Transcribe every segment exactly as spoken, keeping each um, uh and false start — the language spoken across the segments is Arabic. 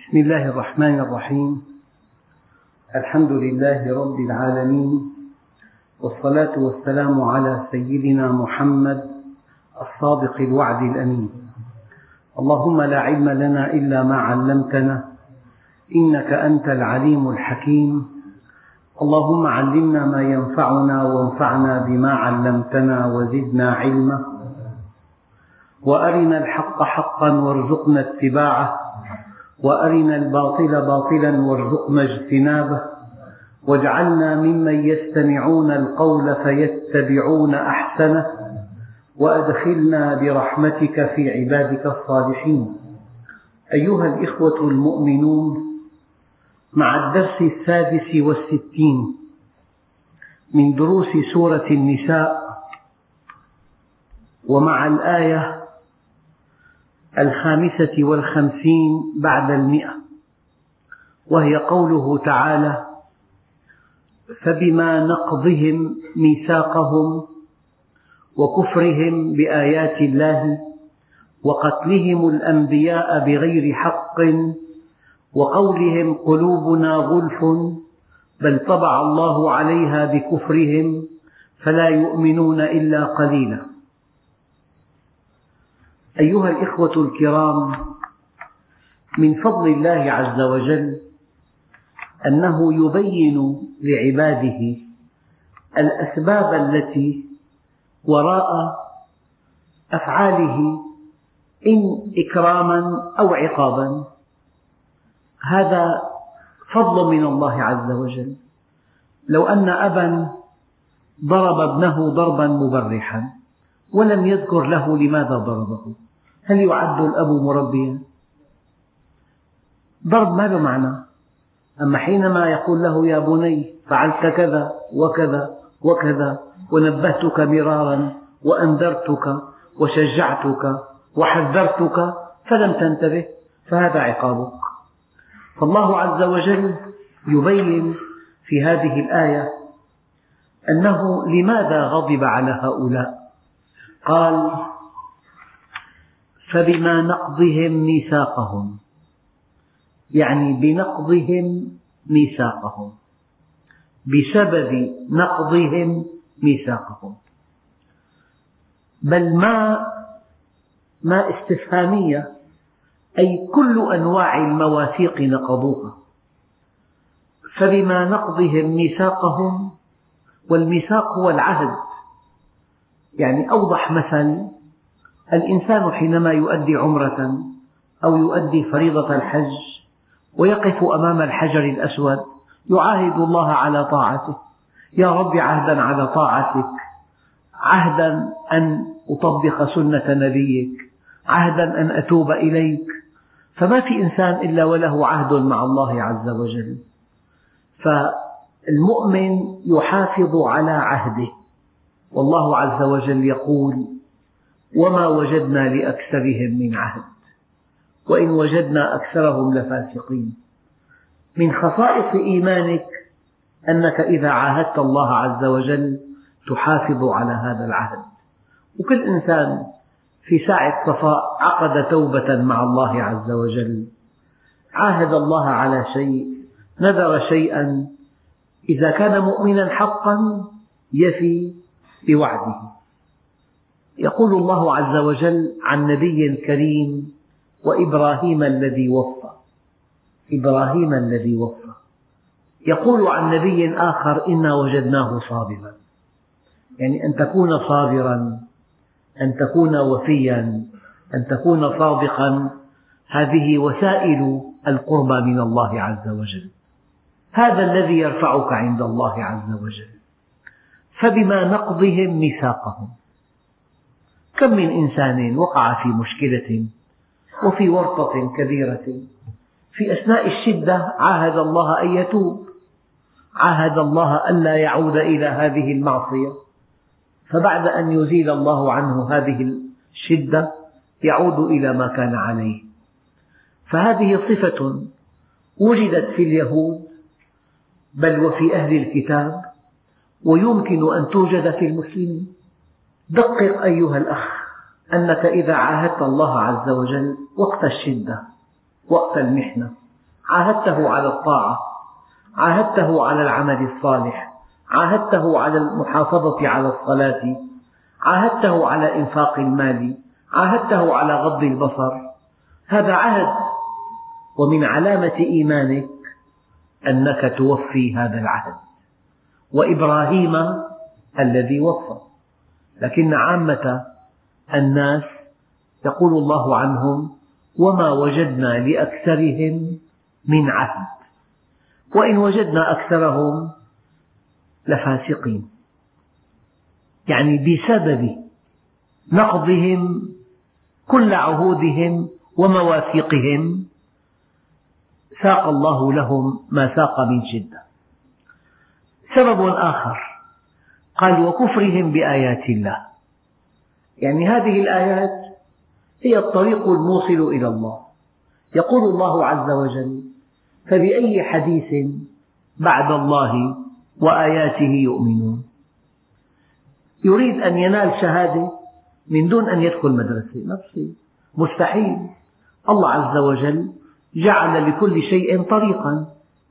بسم الله الرحمن الرحيم. الحمد لله رب العالمين، والصلاة والسلام على سيدنا محمد الصادق الوعد الأمين. اللهم لا علم لنا إلا ما علمتنا إنك أنت العليم الحكيم. اللهم علمنا ما ينفعنا وانفعنا بما علمتنا وزدنا علما، وأرنا الحق حقا وارزقنا اتباعه، وأرنا الباطل باطلا وارزقنا اجتنابه، واجعلنا ممن يستمعون القول فيتبعون أحسنه، وأدخلنا برحمتك في عبادك الصالحين. أيها الإخوة المؤمنون، مع الدرس السادس والستين من دروس سورة النساء، ومع الآية الخامسة والخمسين بعد المئة، وهي قوله تعالى: فبما نقضهم ميثاقهم وكفرهم بآيات الله وقتلهم الأنبياء بغير حق وقولهم قلوبنا غلف بل طبع الله عليها بكفرهم فلا يؤمنون إلا قليلا. أيها الإخوة الكرام، من فضل الله عز وجل أنه يبين لعباده الأسباب التي وراء أفعاله، إن إكراما أو عقابا. هذا فضل من الله عز وجل. لو أن أبا ضرب ابنه ضربا مبرحا ولم يذكر له لماذا ضربه، هل يعد الأب مربيا؟ ضرب ما له معنى. أما حينما يقول له: يا بني فعلت كذا وكذا وكذا ونبهتك مرارا وأنذرتك وشجعتك وحذرتك فلم تنتبه، فهذا عقابك. فالله عز وجل يبين في هذه الآية أنه لماذا غضب على هؤلاء. قال: فبما نقضهم ميثاقهم، يعني بنقضهم ميثاقهم، بسبب نقضهم ميثاقهم. بل ما ما استفهامية، أي كل أنواع المواثيق نقضوها. فبما نقضهم ميثاقهم، والميثاق هو العهد. يعني أوضح مثل: الإنسان حينما يؤدي عمرة أو يؤدي فريضة الحج ويقف أمام الحجر الأسود يعاهد الله على طاعته: يا رب عهدا على طاعتك، عهدا أن أطبق سنة نبيك، عهدا أن أتوب إليك. فما في إنسان إلا وله عهد مع الله عز وجل. فالمؤمن يحافظ على عهده، والله عز وجل يقول: وما وجدنا لأكثرهم من عهد وإن وجدنا أكثرهم لفاسقين. من خصائص إيمانك أنك إذا عاهدت الله عز وجل تحافظ على هذا العهد. وكل إنسان في ساعة صفاء عقد توبة مع الله عز وجل، عاهد الله على شيء، نذر شيئا، إذا كان مؤمنا حقا يفي بوعده. يقول الله عز وجل عن نبي كريم: وإبراهيم الذي وفى. إبراهيم الذي وفى. يقول عن نبي آخر: إنا وجدناه صابرا. يعني أن تكون صابرا، أن تكون وفيا، أن تكون صادقا، هذه وسائل القربى من الله عز وجل. هذا الذي يرفعك عند الله عز وجل. فبما نقضهم ميثاقهم. كم من إنسان وقع في مشكلة وفي ورطة كبيرة، في أثناء الشدة عاهد الله أن يتوب، عاهد الله ألا يعود إلى هذه المعصية، فبعد أن يزيل الله عنه هذه الشدة يعود إلى ما كان عليه. فهذه صفة وجدت في اليهود بل وفي أهل الكتاب، ويمكن أن توجد في المسلمين. دقق أيها الأخ أنك إذا عاهدت الله عز وجل وقت الشدة، وقت المحنة، عاهدته على الطاعة، عاهدته على العمل الصالح، عاهدته على المحافظة على الصلاة، عاهدته على إنفاق المال، عاهدته على غض البصر. هذا عهد، ومن علامة إيمانك أنك توفي هذا العهد. وإبراهيم الذي وفى، لكن عامة الناس يقول الله عنهم: وما وجدنا لأكثرهم من عهد، وإن وجدنا أكثرهم لفاسقين. يعني بسبب نقضهم كل عهودهم ومواثيقهم ساق الله لهم ما ساق من شدة. سبب آخر قال: وكفرهم بآيات الله. يعني هذه الآيات هي الطريق الموصل إلى الله. يقول الله عز وجل: فبأي حديث بعد الله وآياته يؤمنون. يريد أن ينال شهادة من دون أن يدخل مدرسة، نفسي مستحيل. الله عز وجل جعل لكل شيء طريقا،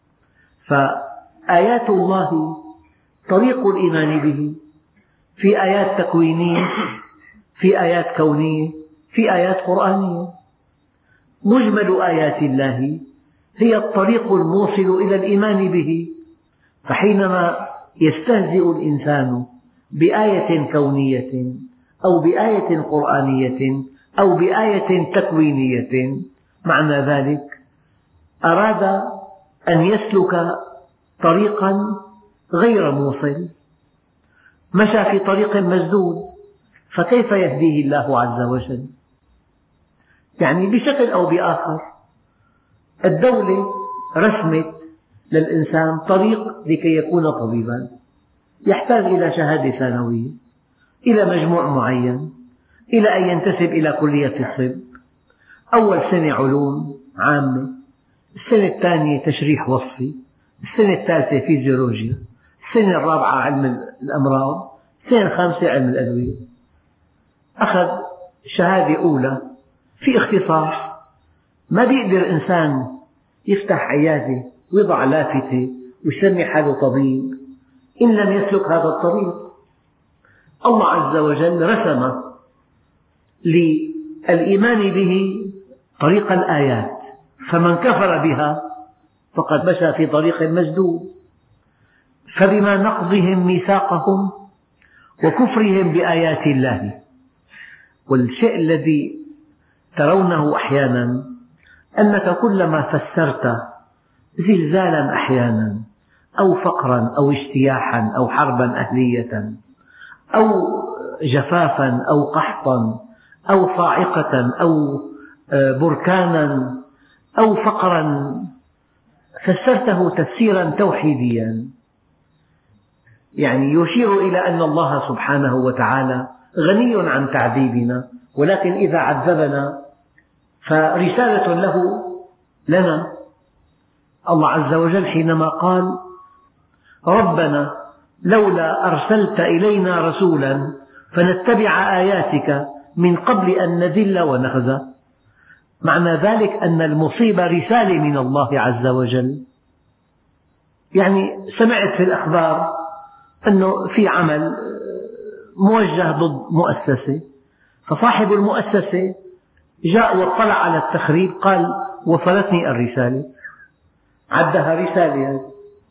فآيات الله طريق الإيمان به، في آيات تكوينية، في آيات كونية، في آيات قرآنية. مجمل آيات الله هي الطريق الموصل إلى الإيمان به. فحينما يستهزئ الإنسان بآية كونية أو بآية قرآنية أو بآية تكوينية، معنى ذلك أراد أن يسلك طريقا غير موصل، مشى في طريق مسدود، فكيف يهديه الله عز وجل؟ يعني بشكل أو بآخر الدولة رسمت للإنسان طريق لكي يكون طبيبا، يحتاج إلى شهادة ثانوية، إلى مجموع معين، إلى أن ينتسب إلى كلية الطب. أول سنة علوم عامة، السنة الثانية تشريح وصفي، السنة الثالثة فيزيولوجيا، السنة الرابعة علم الأمراض، السنة الخامسة علم الأدوية. أخذ شهادة أولى في اختصاص. ما بيقدر إنسان يفتح عيادة ويضع لافتة ويسمي حاله طبيب إن لم يسلك هذا الطريق. الله عز وجل رسم للإيمان به طريق الآيات، فمن كفر بها فقد مشى في طريق مسدود. فبما نقضهم ميثاقهم وكفرهم بآيات الله. والشيء الذي ترونه أحيانا أنك كلما فسرت زلزالا أحيانا أو فقرا أو اجتياحا أو حربا أهلية أو جفافا أو قحطا أو صاعقة أو بركانا أو فقرا فسرته تفسيرا توحيديا، يعني يشير إلى أن الله سبحانه وتعالى غني عن تعذيبنا، ولكن إذا عذبنا فرسالة له لنا. الله عز وجل حينما قال: ربنا لولا أرسلت إلينا رسولا فنتبع آياتك من قبل أن نذل ونخزى، معنى ذلك أن المصيبة رسالة من الله عز وجل. يعني سمعت في الأخبار أنه في عمل موجه ضد مؤسسة، فصاحب المؤسسة جاء واطلع على التخريب، قال: وصلتني الرسالة، عدها رسالة.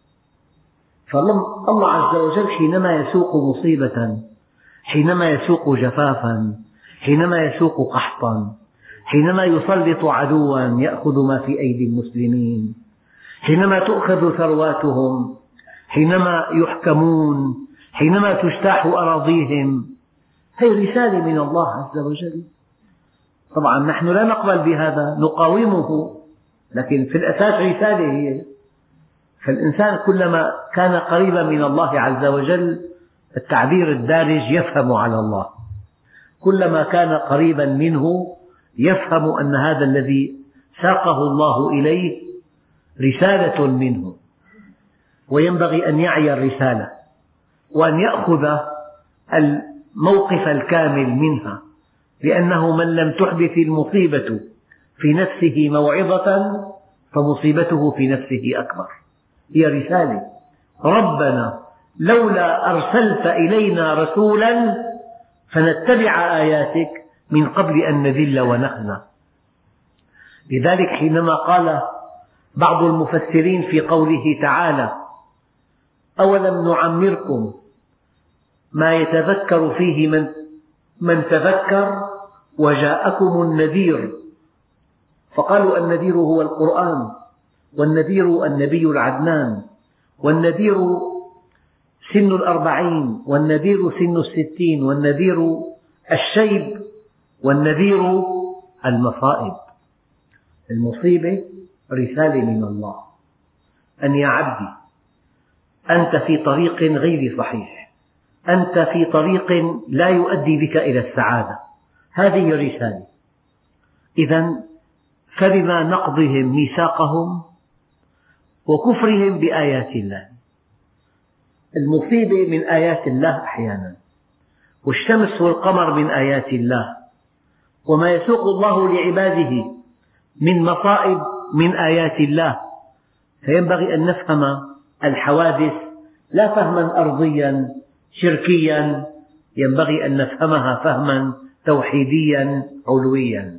فالله عز وجل حينما يسوق مصيبة، حينما يسوق جفافا، حينما يسوق قحطا، حينما يسلط عدوا يأخذ ما في أيدي المسلمين، حينما تؤخذ ثرواتهم، حينما يحكمون، حينما تجتاح أراضيهم، هذه رسالة من الله عز وجل. طبعا نحن لا نقبل بهذا، نقاومه، لكن في الأساس رسالة هي. فالإنسان كلما كان قريبا من الله عز وجل، التعبير الدارج، يفهم على الله. كلما كان قريبا منه يفهم أن هذا الذي ساقه الله إليه رسالة منه، وينبغي أن يعي الرسالة وأن يأخذ الموقف الكامل منها، لأنه من لم تحدث المصيبة في نفسه موعظة فمصيبته في نفسه أكبر. هي رسالة: ربنا لولا أرسلت إلينا رسولا فنتبع آياتك من قبل أن نذل ونخزى. لذلك حينما قال بعض المفسرين في قوله تعالى: أولم نعمركم ما يتذكر فيه من, من تذكر وجاءكم النذير، فقالوا النذير هو القرآن، والنذير النبي العدنان، والنذير سن الأربعين، والنذير سن الستين، والنذير الشيب، والنذير المصائب. المصيبة رسالة من الله أن يا عبدي أنت في طريق غير صحيح، أنت في طريق لا يؤدي بك إلى السعادة، هذه رسالة. إذن فبما نقضهم ميثاقهم وكفرهم بآيات الله. المصيبة من آيات الله أحيانا، والشمس والقمر من آيات الله، وما يسوق الله لعباده من مصائب من آيات الله. فينبغي أن نفهم الحوادث لا فهما أرضيا شركيا، ينبغي أن نفهمها فهما توحيديا علويا.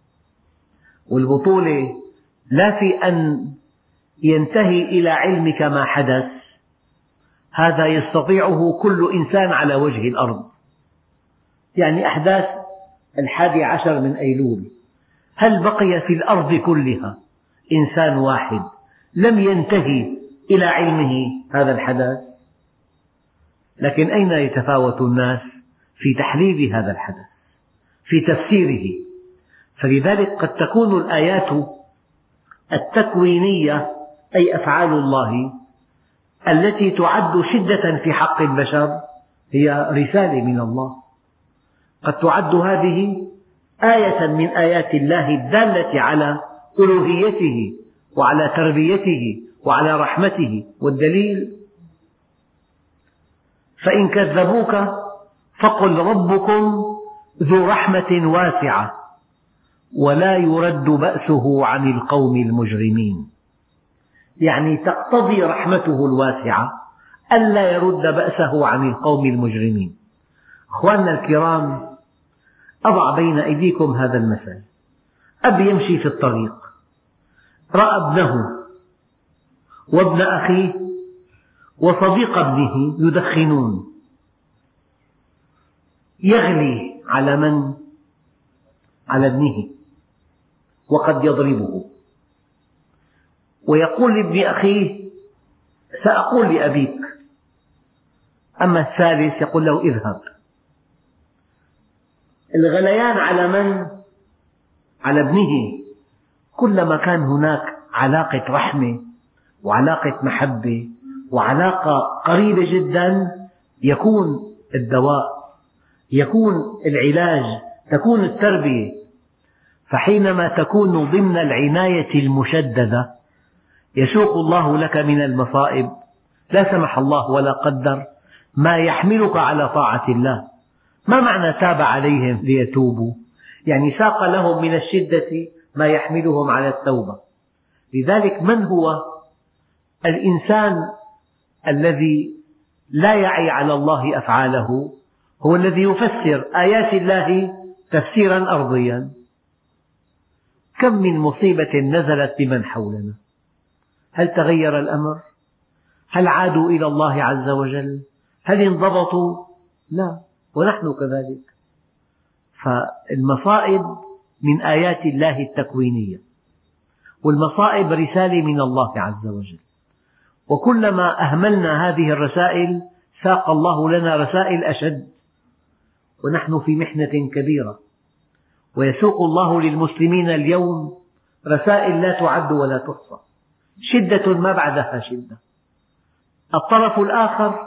والبطولة لا في أن ينتهي إلى علمك ما حدث، هذا يستطيعه كل إنسان على وجه الأرض. يعني أحداث الحادي عشر من أيلول، هل بقي في الأرض كلها إنسان واحد لم ينتهي إلى علمه هذا الحدث؟ لكن أين يتفاوت الناس في تحليل هذا الحدث، في تفسيره؟ فلذلك قد تكون الآيات التكوينية أي أفعال الله التي تعد شدة في حق البشر هي رسالة من الله. قد تعد هذه آية من آيات الله الدالة على ألوهيته وعلى تربيته وعلى رحمته. والدليل: فإن كذبوك فقل ربكم ذو رحمة واسعة ولا يرد بأسه عن القوم المجرمين. يعني تقتضي رحمته الواسعة ألا يرد بأسه عن القوم المجرمين. أخواننا الكرام، أضع بين أيديكم هذا المثل. أب يمشي في الطريق، رأى ابنه وابن أخيه وصديق ابنه يدخنون، يغلي على من؟ على ابنه، وقد يضربه، ويقول لابن أخيه: سأقول لأبيك. أما الثالث يقول له: اذهب. الغليان على من؟ على ابنه. كلما كان هناك علاقة رحمة وعلاقة محبة وعلاقة قريبة جدا يكون الدواء، يكون العلاج، تكون التربية. فحينما تكون ضمن العناية المشددة يسوق الله لك من المصائب لا سمح الله ولا قدر ما يحملك على طاعة الله. ما معنى تاب عليهم ليتوبوا؟ يعني ساق لهم من الشدة ما يحملهم على التوبة. لذلك من هو الإنسان الذي لا يعي على الله أفعاله؟ هو الذي يفسر آيات الله تفسيرا أرضيا. كم من مصيبة نزلت بمن حولنا، هل تغير الأمر؟ هل عادوا إلى الله عز وجل؟ هل انضبطوا؟ لا، ونحن كذلك. فالمصائب من آيات الله التكوينية، والمصائب رسالة من الله عز وجل. وكلما أهملنا هذه الرسائل ساق الله لنا رسائل أشد، ونحن في محنة كبيرة. ويسوق الله للمسلمين اليوم رسائل لا تعد ولا تحصى، شدة ما بعدها شدة. الطرف الآخر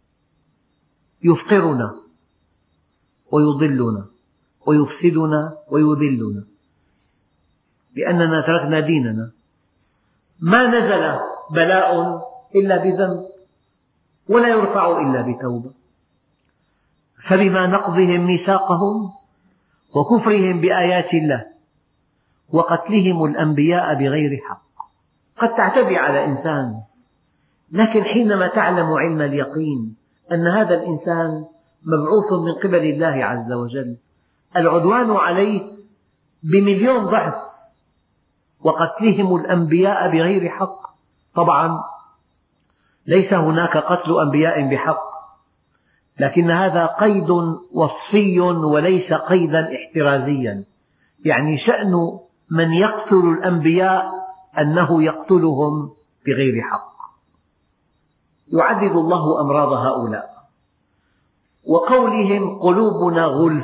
يفقرنا ويضلنا ويفسدنا ويذلنا لأننا تركنا ديننا. ما نزل بلاء إلا بذنب ولا يرفع إلا بتوبة. فبما نقضهم ميثاقهم وكفرهم بآيات الله وقتلهم الأنبياء بغير حق قد تعتدي على إنسان، لكن حينما تعلم علم اليقين أن هذا الإنسان مبعوث من قبل الله عز وجل، العدوان عليه بمليون ضعف، وقتلهم الأنبياء بغير حق. طبعا ليس هناك قتل أنبياء بحق، لكن هذا قيد وصفي وليس قيدا احترازيا، يعني شأن من يقتل الأنبياء أنه يقتلهم بغير حق. يعدد الله أمراض هؤلاء، وقولهم قلوبنا غلف،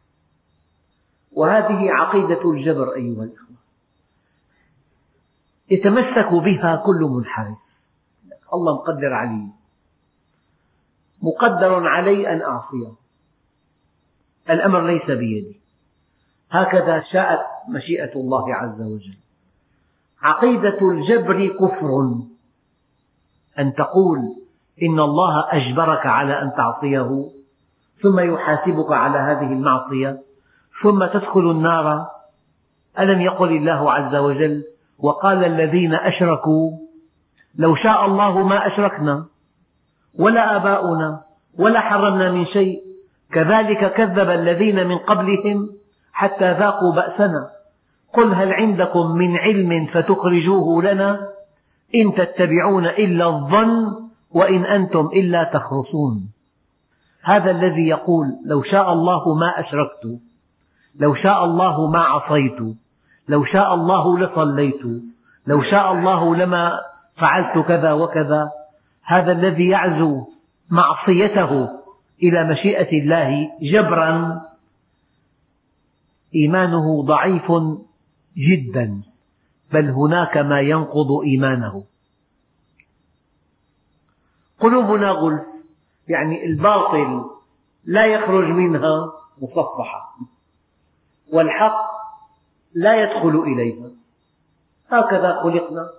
وهذه عقيدة الجبر أيها الأخوة، يتمسك بها كل منحرف. الله مقدر علي، مقدر علي أن أعصيه، الأمر ليس بيدي، هكذا شاءت مشيئة الله عز وجل. عقيدة الجبر كفر، أن تقول إن الله أجبرك على أن تعصيه ثم يحاسبك على هذه المعصية ثم تدخل النار. ألم يقل الله عز وجل: وقال الذين أشركوا لو شاء الله ما أشركنا ولا آباؤنا ولا حرمنا من شيء كذلك كذب الذين من قبلهم حتى ذاقوا بأسنا قل هل عندكم من علم فتخرجوه لنا إن تتبعون إلا الظن وإن أنتم إلا تخرصون. هذا الذي يقول لو شاء الله ما أشركت، لو شاء الله ما عصيت، لو شاء الله لصليت، لو شاء الله لما فعلت كذا وكذا، هذا الذي يعزو معصيته إلى مشيئة الله جبرا إيمانه ضعيف جدا، بل هناك ما ينقض إيمانه. قلوبنا غلف، يعني الباطل لا يخرج منها مصفحة، والحق لا يدخل إليها، هكذا خلقنا.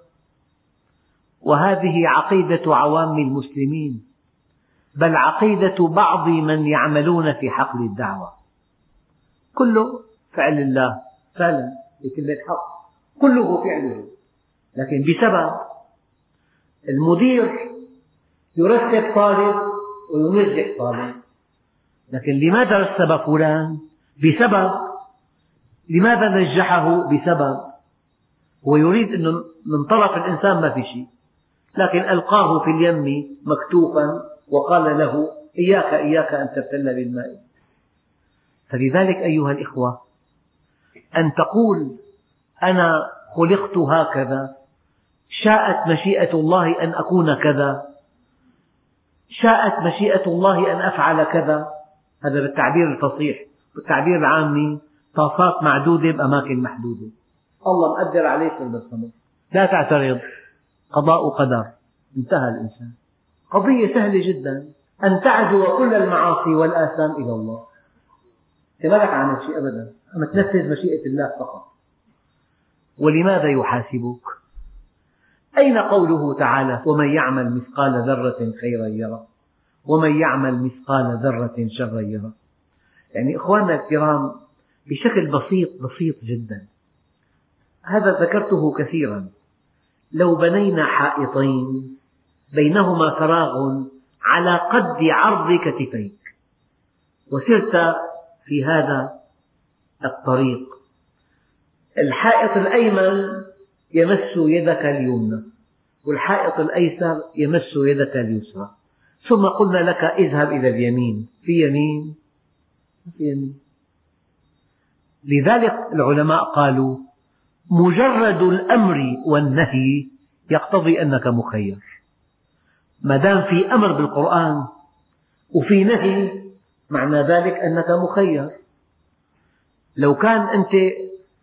وهذه عقيدة عوام المسلمين، بل عقيدة بعض من يعملون في حقل الدعوة. كله فعل الله فعلا بكلمة حق، كله فعله، لكن بسبب المدير يرتب طالب وينجح طالب، لكن لماذا رتب فلان؟ بسبب. لماذا نجحه؟ بسبب. هو يريد أنه من طرف الإنسان ما في شيء، لكن ألقاه في اليم مكتوفا وقال له إياك إياك أن تبتل بالماء. فلذلك أيها الإخوة، أن تقول أنا خلقت هكذا، شاءت مشيئة الله أن أكون كذا، شاءت مشيئة الله أن أفعل كذا، هذا بالتعبير الفصيح. بالتعبير العامي طاسات معدودة بأماكن محدودة، الله مقدر عليك بالخمر، لا تعترض، قضاء قدر، انتهى الإنسان. قضية سهلة جدا، أن تعزو كل المعاصي والآثام إلى الله، أنت ما لك عمل شيء أبدا، أما تنفذ مشيئة الله فقط. ولماذا يحاسبك؟ أين قوله تعالى: ومن يعمل مثقال ذرة خيرا يره ومن يعمل مثقال ذرة شرا يره؟ يعني إخواننا الكرام، بشكل بسيط بسيط جدا، هذا ذكرته كثيرا. لو بنينا حائطين بينهما فراغ على قد عرض كتفيك، وسرت في هذا الطريق، الحائط الأيمن يمس يدك اليمنى والحائط الأيسر يمس يدك اليسرى، ثم قلنا لك اذهب إلى اليمين، في يمين؟ ما في يمين. لذلك العلماء قالوا مجرد الأمر والنهي يقتضي أنك مخير. ما دام في أمر بالقرآن وفي نهي، معنى ذلك أنك مخير. لو كان أنت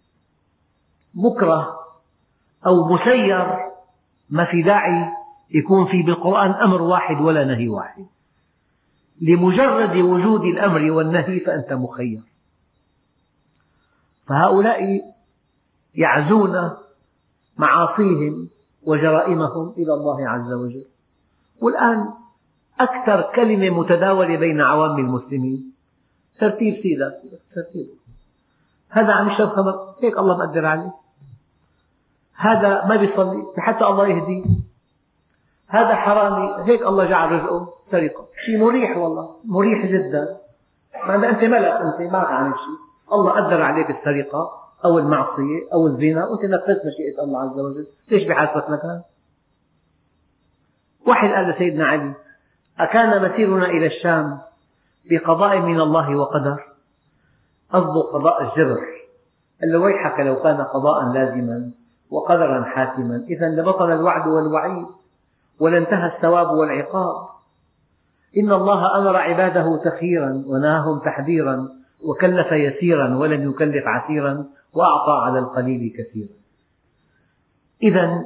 مكره أو مسير ما في داعي يكون في بالقرآن أمر واحد ولا نهي واحد. لمجرد وجود الأمر والنهي فأنت مخير. فهؤلاء يعزون معاصيهم وجرائمهم إلى الله عز وجل. والآن أكثر كلمة متداولة بين عوام المسلمين ترتيب سيدة، ترتيب. هذا عم يشرب خمر، هيك الله مقدر عليه. هذا ما بيصلي حتى الله يهديه، هذا حرامي هيك الله جعل رزقه سرقة، شيء مريح والله، مريح جدا، مع أن أنت ملك، أنت ما عن شيء، الله قدر عليك السرقة أو المعصية أو الزنا وأنت نفذت مشيئة الله عز وجل، ليش بحاسبك مكان؟ واحد قال لسيدنا علي: أكان مسيرنا إلى الشام بقضاء من الله وقدر؟ قصده قضاء الجبر. قال له: ويحك لو كان قضاء لازما وقدرا حاسما، إذا لبطل الوعد والوعيد ولانتهى الثواب والعقاب. إن الله أمر عباده تخييرا ونهاهم تحذيرا، وكلف يسيرا ولم يكلف عسيرا، وأعطى على القليل كثيرا. إذا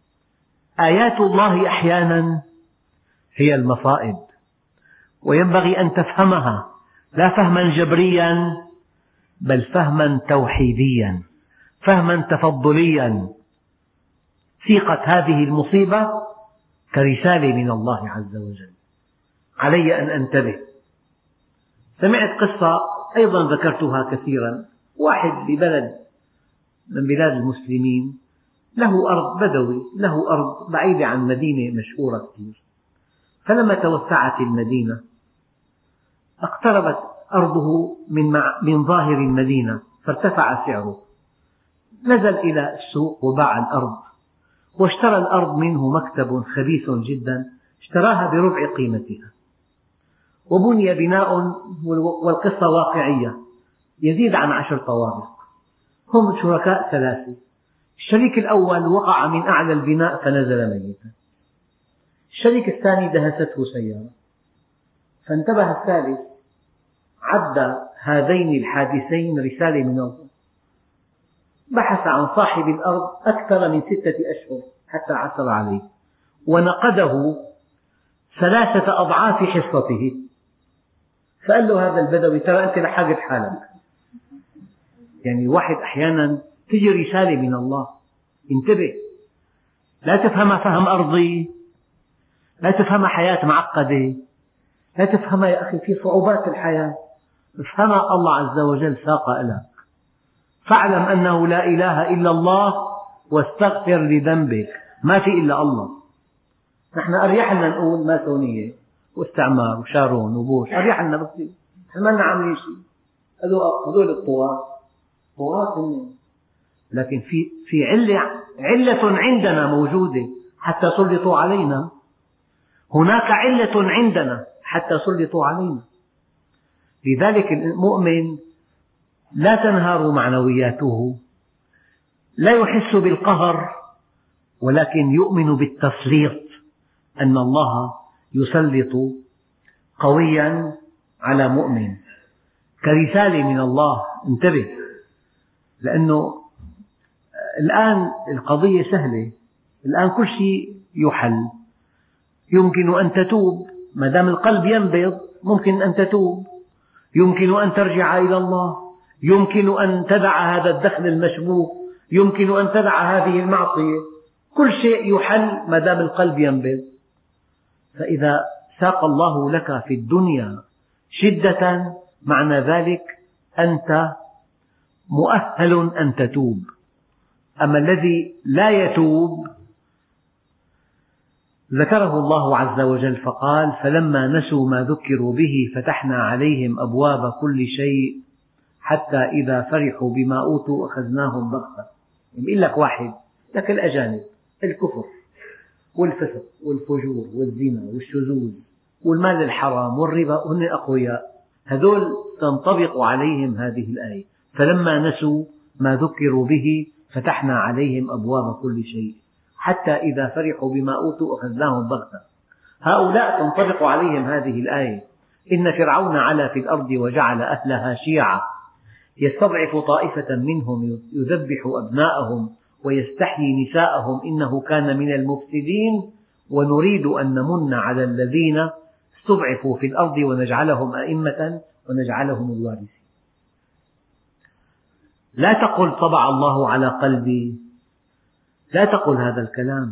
آيات الله أحيانا هي المصائب، وينبغي أن تفهمها لا فهما جبريا بل فهما توحيديا، فهما تفضليا. ثيقة هذه المصيبة كرسالة من الله عز وجل، علي أن أنتبه. سمعت قصة أيضا ذكرتها كثيرا، واحد ببلد من بلاد المسلمين له أرض بدوي، له أرض بعيدة عن مدينة مشهورة كثير، فلما توسعت المدينة اقتربت أرضه من, من ظاهر المدينة فارتفع سعره، نزل إلى السوق وباع الأرض، واشترى الأرض منه مكتب خبيث جدا، اشتراها بربع قيمتها، وبني بناء، والقصة واقعية، يزيد عن عشر طوابق. هم شركاء ثلاثة، الشريك الأول وقع من أعلى البناء فنزل ميتا، الشريك الثاني دهسته سيارة، فانتبه الثالث، عد هذين الحادثين رسالة من الله، بحث عن صاحب الأرض أكثر من ستة أشهر حتى عثر عليه، ونقده ثلاثة أضعاف حصته، فقال له هذا البدوي: ترى أنت لحاجة حالك. يعني واحد أحيانا تجي رسالة من الله، انتبه، لا تفهم فهم أرضي، لا تفهم حياة معقدة، لا تفهم يا أخي في صعوبات الحياة، افهمها الله عز وجل ساق لك. فاعلم أنه لا إله إلا الله واستغفر لذنبك، ما في إلا الله. نحن أريح لنا نقول ماسونية واستعمار وشارون وبوش، أريح لنا، بس نحن ما لنا عاملين شيء، هذول الطغاة طغاة هم، لكن في في علة علة عندنا موجودة حتى سلطوا علينا، هناك علة عندنا حتى سلطوا علينا. لذلك المؤمن لا تنهار معنوياته، لا يحس بالقهر، ولكن يؤمن بالتسليط، أن الله يسلط قويا على مؤمن كرسالة من الله. انتبه، لأنه الآن القضية سهلة، الآن كل شيء يحل، يمكن أن تتوب ما دام القلب ينبض، ممكن أن تتوب، يمكن أن ترجع إلى الله، يمكن أن تدع هذا الدخل المشبوك، يمكن أن تدع هذه المعصية، كل شيء يحل ما دام القلب ينبض. فإذا ساق الله لك في الدنيا شدة، معنى ذلك أنت مؤهل أن تتوب. أما الذي لا يتوب ذكره الله عز وجل فقال: فلما نسوا ما ذكروا به فتحنا عليهم أبواب كل شيء حتى إذا فرحوا بما أوتوا أخذناهم بغتة. يقول لك واحد، لك الأجانب، الكفر والفسق والفجور والزنا والشذوذ والمال الحرام والربا، هن أقوياء، هذول تنطبق عليهم هذه الآية: فلما نسوا ما ذكروا به فتحنا عليهم أبواب كل شيء حتى إذا فرحوا بما أوتوا أخذناهم بغتة. هؤلاء تنطبق عليهم هذه الآية: إن فرعون علا في الأرض وجعل أهلها شيعا يستضعف طائفة منهم يذبح أبناءهم ويستحيي نساءهم إنه كان من المفسدين ونريد أن نمن على الذين استضعفوا في الأرض ونجعلهم أئمة ونجعلهم الوارثين. لا تقل طبع الله على قلبي، لا تقل هذا الكلام.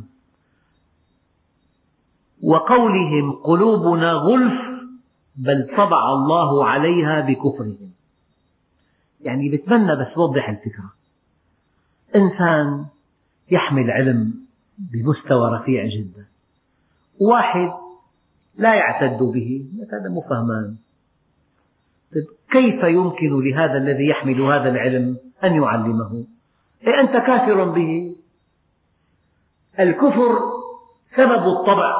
وقولهم قلوبنا غلف بل طبع الله عليها بكفرهم. يعني بتمنى بس وضح الفكرة. إنسان يحمل علم بمستوى رفيع جدا، واحد لا يعتد به، هذا مو فهمان. كيف يمكن لهذا الذي يحمل هذا العلم أن يعلمه؟ إيه أنت كافر به. الكفر سبب الطبع،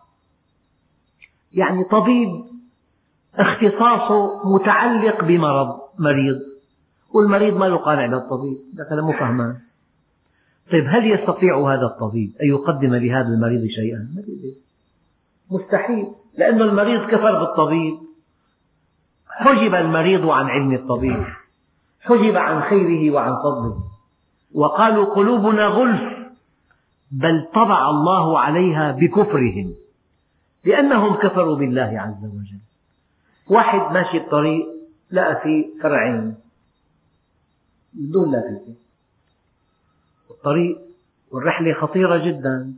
يعني طبيب اختصاصه متعلق بمرض مريض، والمريض ما له قانع بالطبيب، هذا مو فهمان. طيب هل يستطيع هذا الطبيب أن يقدم لهذا المريض شيئا؟ مستحيل، لأن المريض كفر بالطبيب. حجب المريض عن علم الطبيب، حجب عن خيره وعن فضله. وقالوا قلوبنا غلف بل طبع الله عليها بكفرهم لأنهم كفروا بالله عز وجل. واحد ماشي الطريق لقى فيه فرعين بدون لافتة، الطريق والرحلة خطيرة جدا.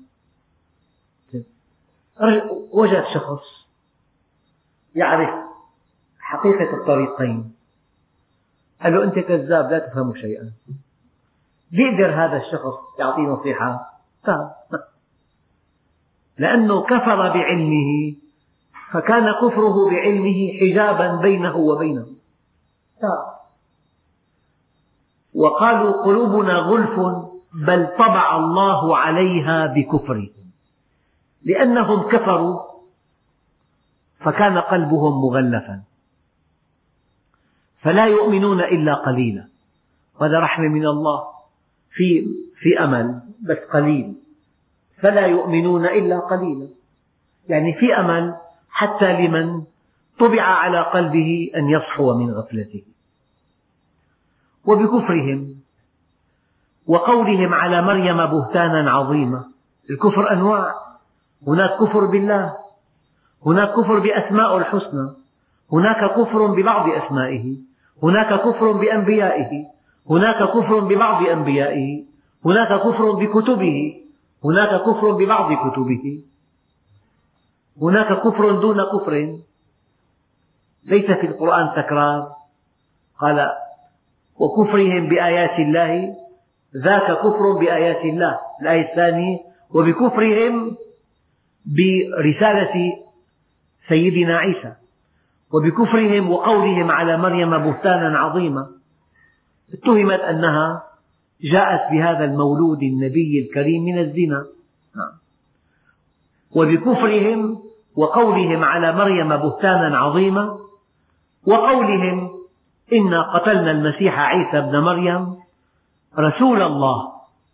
وجد شخص يعرف حقيقة الطريقين، قال له أنت كذاب لا تفهم شيئا. بيقدر هذا الشخص يعطيه نصيحة؟ لا، لأنه كفر بعلمه، فكان كفره بعلمه حجابا بينه وبينه. لا. وقالوا قلوبنا غلف بل طبع الله عليها بكفرهم لأنهم كفروا فكان قلبهم مغلفا فلا يؤمنون إلا قليلا. وهذا رحمة من الله، في في أمل بس قليل، فلا يؤمنون إلا قليلا، يعني في أمل حتى لمن طبع على قلبه أن يصحو من غفلته. وبكفرهم وقولهم على مريم بهتانا عظيما. الكفر أنواع، هناك كفر بالله، هناك كفر بأسماء الحسنى، هناك كفر ببعض أسمائه، هناك كفر بأنبيائه، هناك كفر ببعض أنبيائه، هناك كفر بكتبه، هناك كفر ببعض كتبه، هناك كفر دون كفر. ليس في القرآن تكرار، قال وكفرهم بآيات الله ذاك كفر بآيات الله. الآية الثانية وبكفرهم برسالة سيدنا عيسى، وبكفرهم وقولهم على مريم بهتانا عظيما. اتهمت أنها جاءت بهذا المولود النبي الكريم من الزنا. وبكفرهم وقولهم على مريم بهتانا عظيما، وقولهم إنا قتلنا المسيح عيسى ابن مريم رسول الله.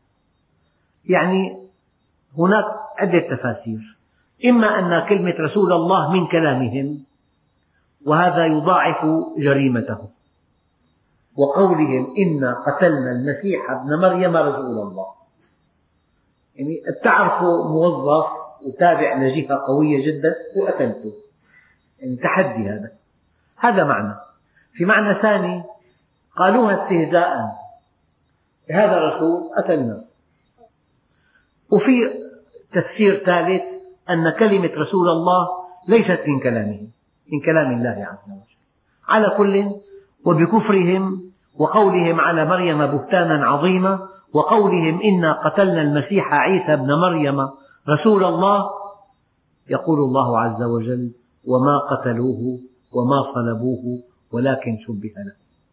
يعني هناك عدة تفاسير، إما أن كلمة رسول الله من كلامهم وهذا يضاعف جريمته، وقولهم إنا قتلنا المسيح ابن مريم رسول الله، يعني تعرفوا موظف وتابع لجهة قوية جدا وقتلته، يعني تحدي. هذا هذا معنى. في معنى ثاني قالوها استهزاء، هذا الرسول قتلنا. وفي تفسير ثالث أن كلمة رسول الله ليست من كلامه، من كلام الله عز وجل. على كل، وبكفرهم وقولهم على مريم بهتانا عظيما، وقولهم إنا قتلنا المسيح عيسى ابن مريم رسول الله، يقول الله عز وجل وما قتلوه وما صلبوه ولكن شبه له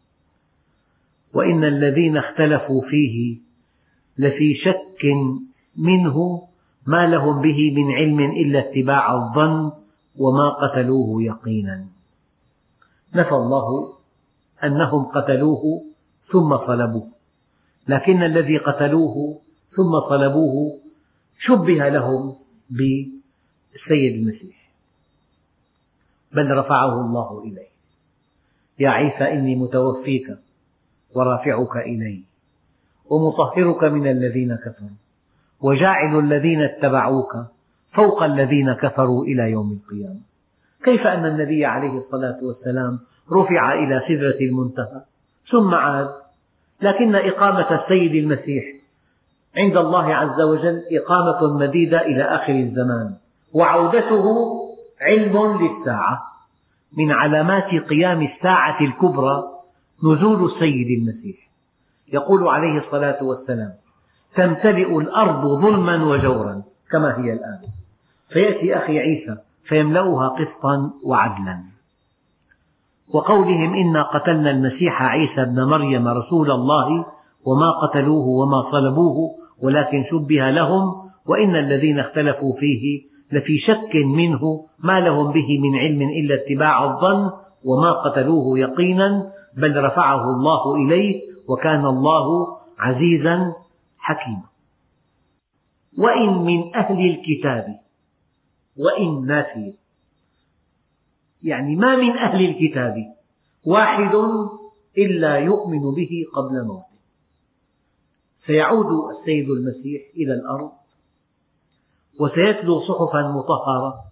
وإن الذين اختلفوا فيه لفي شك منه ما لهم به من علم إلا اتباع الظن وما قتلوه يقينا. نفى الله أنهم قتلوه ثم صلبوه، لكن الذي قتلوه ثم صلبوه شبه لهم بالسيد المسيح، بل رفعه الله إليه. يا عيسى إني متوفيك ورافعك إلي ومطهرك من الذين كفروا وجاعل الذين اتبعوك فوق الذين كفروا إلى يوم القيامة. كيف أن النبي عليه الصلاة والسلام رفع إلى سدرة المنتهى ثم عاد، لكن إقامة السيد المسيح عند الله عز وجل إقامة مديدة إلى آخر الزمان، وعودته علم للساعة. من علامات قيام الساعة الكبرى نزول السيد المسيح. يقول عليه الصلاة والسلام تمتلئ الأرض ظلما وجورا كما هي الآن، فيأتي أخي عيسى فيملأها قسطا وعدلا. وقولهم إنا قتلنا المسيح عيسى ابن مريم رسول الله وما قتلوه وما صلبوه ولكن شبه لهم وإن الذين اختلفوا فيه لفي شك منه ما لهم به من علم إلا اتباع الظن وما قتلوه يقينا بل رفعه الله إليه وكان الله عزيزا حكيما. وإن من أهل الكتاب، وإن نافية، يعني ما من أهل الكتاب واحد إلا يؤمن به قبل موته. سيعود السيد المسيح إلى الأرض وسيتلو صحفا مطهرة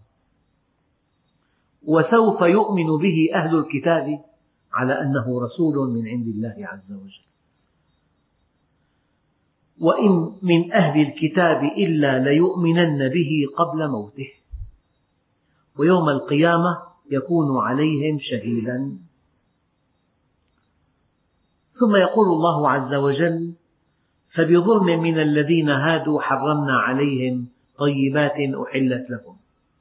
وسوف يؤمن به أهل الكتاب على أنه رسول من عند الله عز وجل. وإن من أهل الكتاب إلا ليؤمنن به قبل موته ويوم القيامة يكون عليهم شهيدا. ثم يقول الله عز وجل فبظلم من الذين هادوا حرمنا عليهم طيبات أحلت لهم.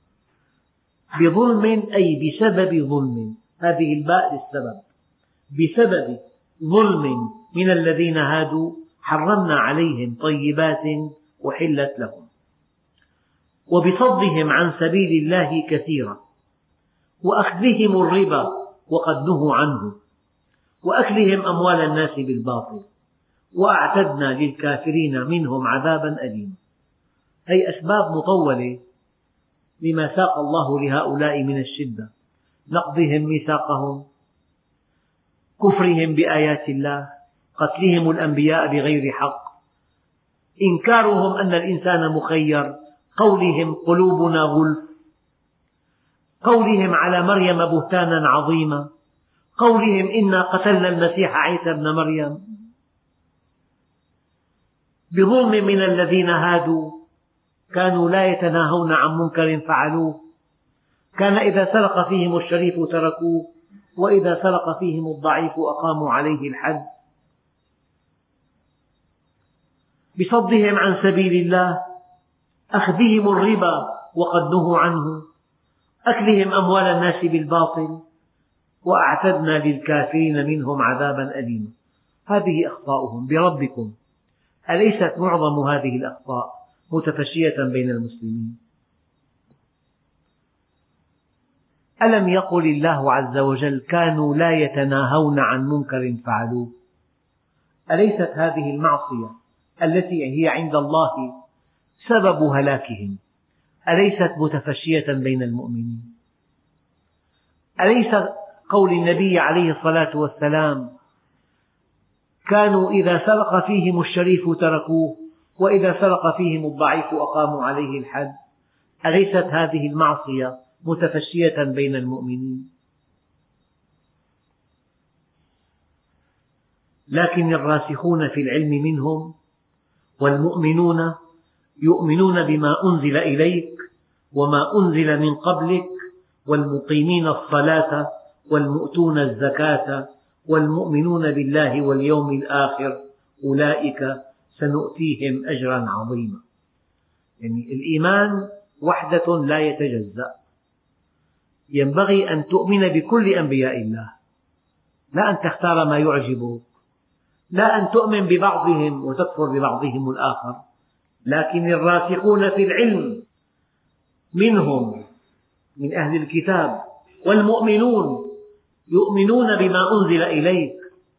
بظلم أي بسبب ظلم، هذه الباء للسبب، بسبب ظلم من الذين هادوا حرمنا عليهم طيبات أحلت لهم وبصدهم عن سبيل الله كثيرا وأخذهم الربا وقد نهوا عنه وأكلهم أموال الناس بالباطل وأعتدنا للكافرين منهم عذابا أليما. هي أسباب مطولة لما ساق الله لهؤلاء من الشدة: نقضهم ميثاقهم، كفرهم بآيات الله، قتلهم الأنبياء بغير حق، إنكارهم أن الإنسان مخير، قولهم قلوبنا غلف، قولهم على مريم بهتانا عظيما، قولهم إنا قتلنا المسيح عيسى ابن مريم. بظلم من الذين هادوا كانوا لا يتناهون عن منكر فعلوه، كان إذا سرق فيهم الشريف تركوه وإذا سرق فيهم الضعيف أقاموا عليه الحد. بصدهم عن سبيل الله، أخذهم الربا وقد نهوا عنه، أكلهم أموال الناس بالباطل، وأعتدنا للكافرين منهم عذابا أليما. هذه أخطاؤهم بربكم، أليست معظم هذه الأخطاء متفشية بين المسلمين؟ ألم يقل الله عز وجل كانوا لا يتناهون عن منكر فعلوه؟ أليست هذه المعصية التي هي عند الله سبب هلاكهم أليست متفشية بين المؤمنين؟ أليس قول النبي عليه الصلاة والسلام كانوا إذا سرق فيهم الشريف تركوه وإذا سرق فيهم الضعيف أقاموا عليه الحد؟ أليست هذه المعصية متفشية بين المؤمنين؟ لكن الراسخون في العلم منهم والمؤمنون يؤمنون بما أنزل إليك وما أنزل من قبلك والمقيمين الصلاة والمؤتون الزكاة والمؤمنون بالله واليوم الآخر أولئك سنؤتيهم أجرا عظيما. يعني الإيمان وحدة لا يتجزأ، ينبغي أن تؤمن بكل أنبياء الله، لا أن تختار ما يعجبك، لا أن تؤمن ببعضهم وتكفر ببعضهم الآخر. لكن الراسخون في العلم منهم من أهل الكتاب والمؤمنون يؤمنون بما أنزل إليك.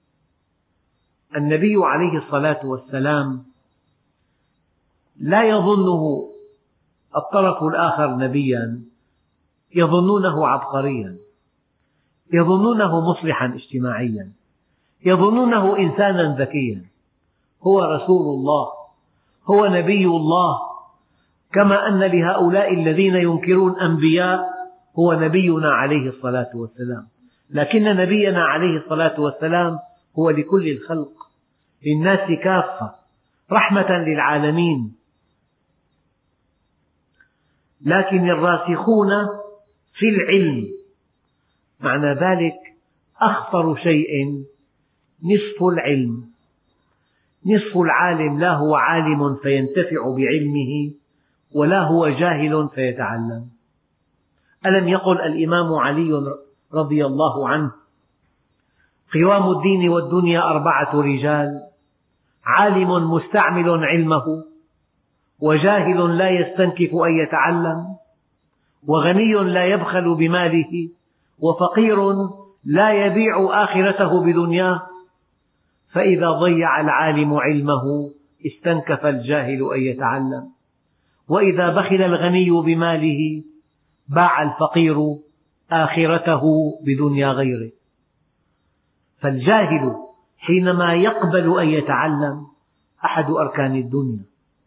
النبي عليه الصلاة والسلام لا يظنه الطرف الآخر نبيا، يظنونه عبقريا، يظنونه مصلحا اجتماعيا، يظنونه إنسانا ذكيا. هو رسول الله، هو نبي الله، كما أن لهؤلاء الذين ينكرون أنبياء هو نبينا عليه الصلاة والسلام. لكن نبينا عليه الصلاة والسلام هو لكل الخلق، للناس كافة، رحمة للعالمين. لكن الراسخون في العلم، معنى ذلك أخطر شيء نصف العلم، نصف العالم لا هو عالم فينتفع بعلمه ولا هو جاهل فيتعلم. ألم يقل الإمام علي رضي الله عنه: قوام الدين والدنيا أربعة رجال، عالم مستعمل علمه، وجاهل لا يستنكف أن يتعلم، وغني لا يبخل بماله، وفقير لا يبيع آخرته بدنياه. فإذا ضيع العالم علمه استنكف الجاهل أن يتعلم، وإذا بخل الغني بماله باع الفقير آخرته بدنيا غيره. فالجاهل حينما يقبل أن يتعلم أحد أركان الدنيا،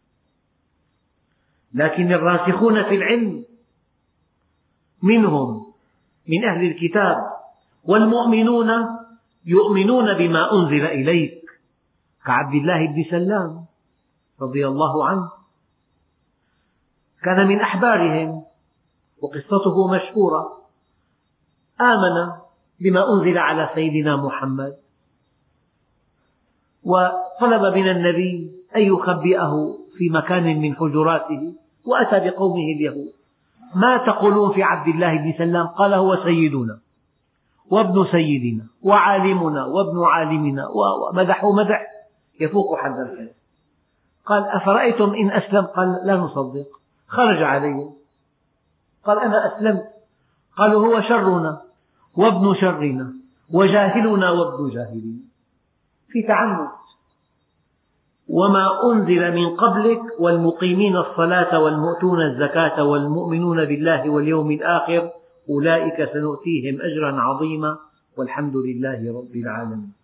لكن الراسخون في العلم منهم من أهل الكتاب والمؤمنون يؤمنون بما أنزل إليك، كعبد الله بن سلام رضي الله عنه، كان من أحبارهم وقصته مشهورة، آمن بما أنزل على سيدنا محمد، وطلب من النبي أن يخبئه في مكان من حجراته، وأتى بقومه اليهود: ما تقولون في عبد الله بن سلام؟ قال: هو سيدنا وابن سيدنا وعالمنا وابن عالمنا، ومدحه مدح يفوق حد الحد. قال: أفرأيتم إن أسلم؟ قال: لا نصدق. خرج عليهم قال: أنا أسلمت. قالوا: هو شرنا وابن شرنا وجاهلنا وابن جاهلنا. في تعنت. وما أنزل من قبلك والمقيمين الصلاة والمؤتون الزكاة والمؤمنون بالله واليوم الآخر أولئك سنؤتيهم أجرا عظيما والحمد لله رب العالمين.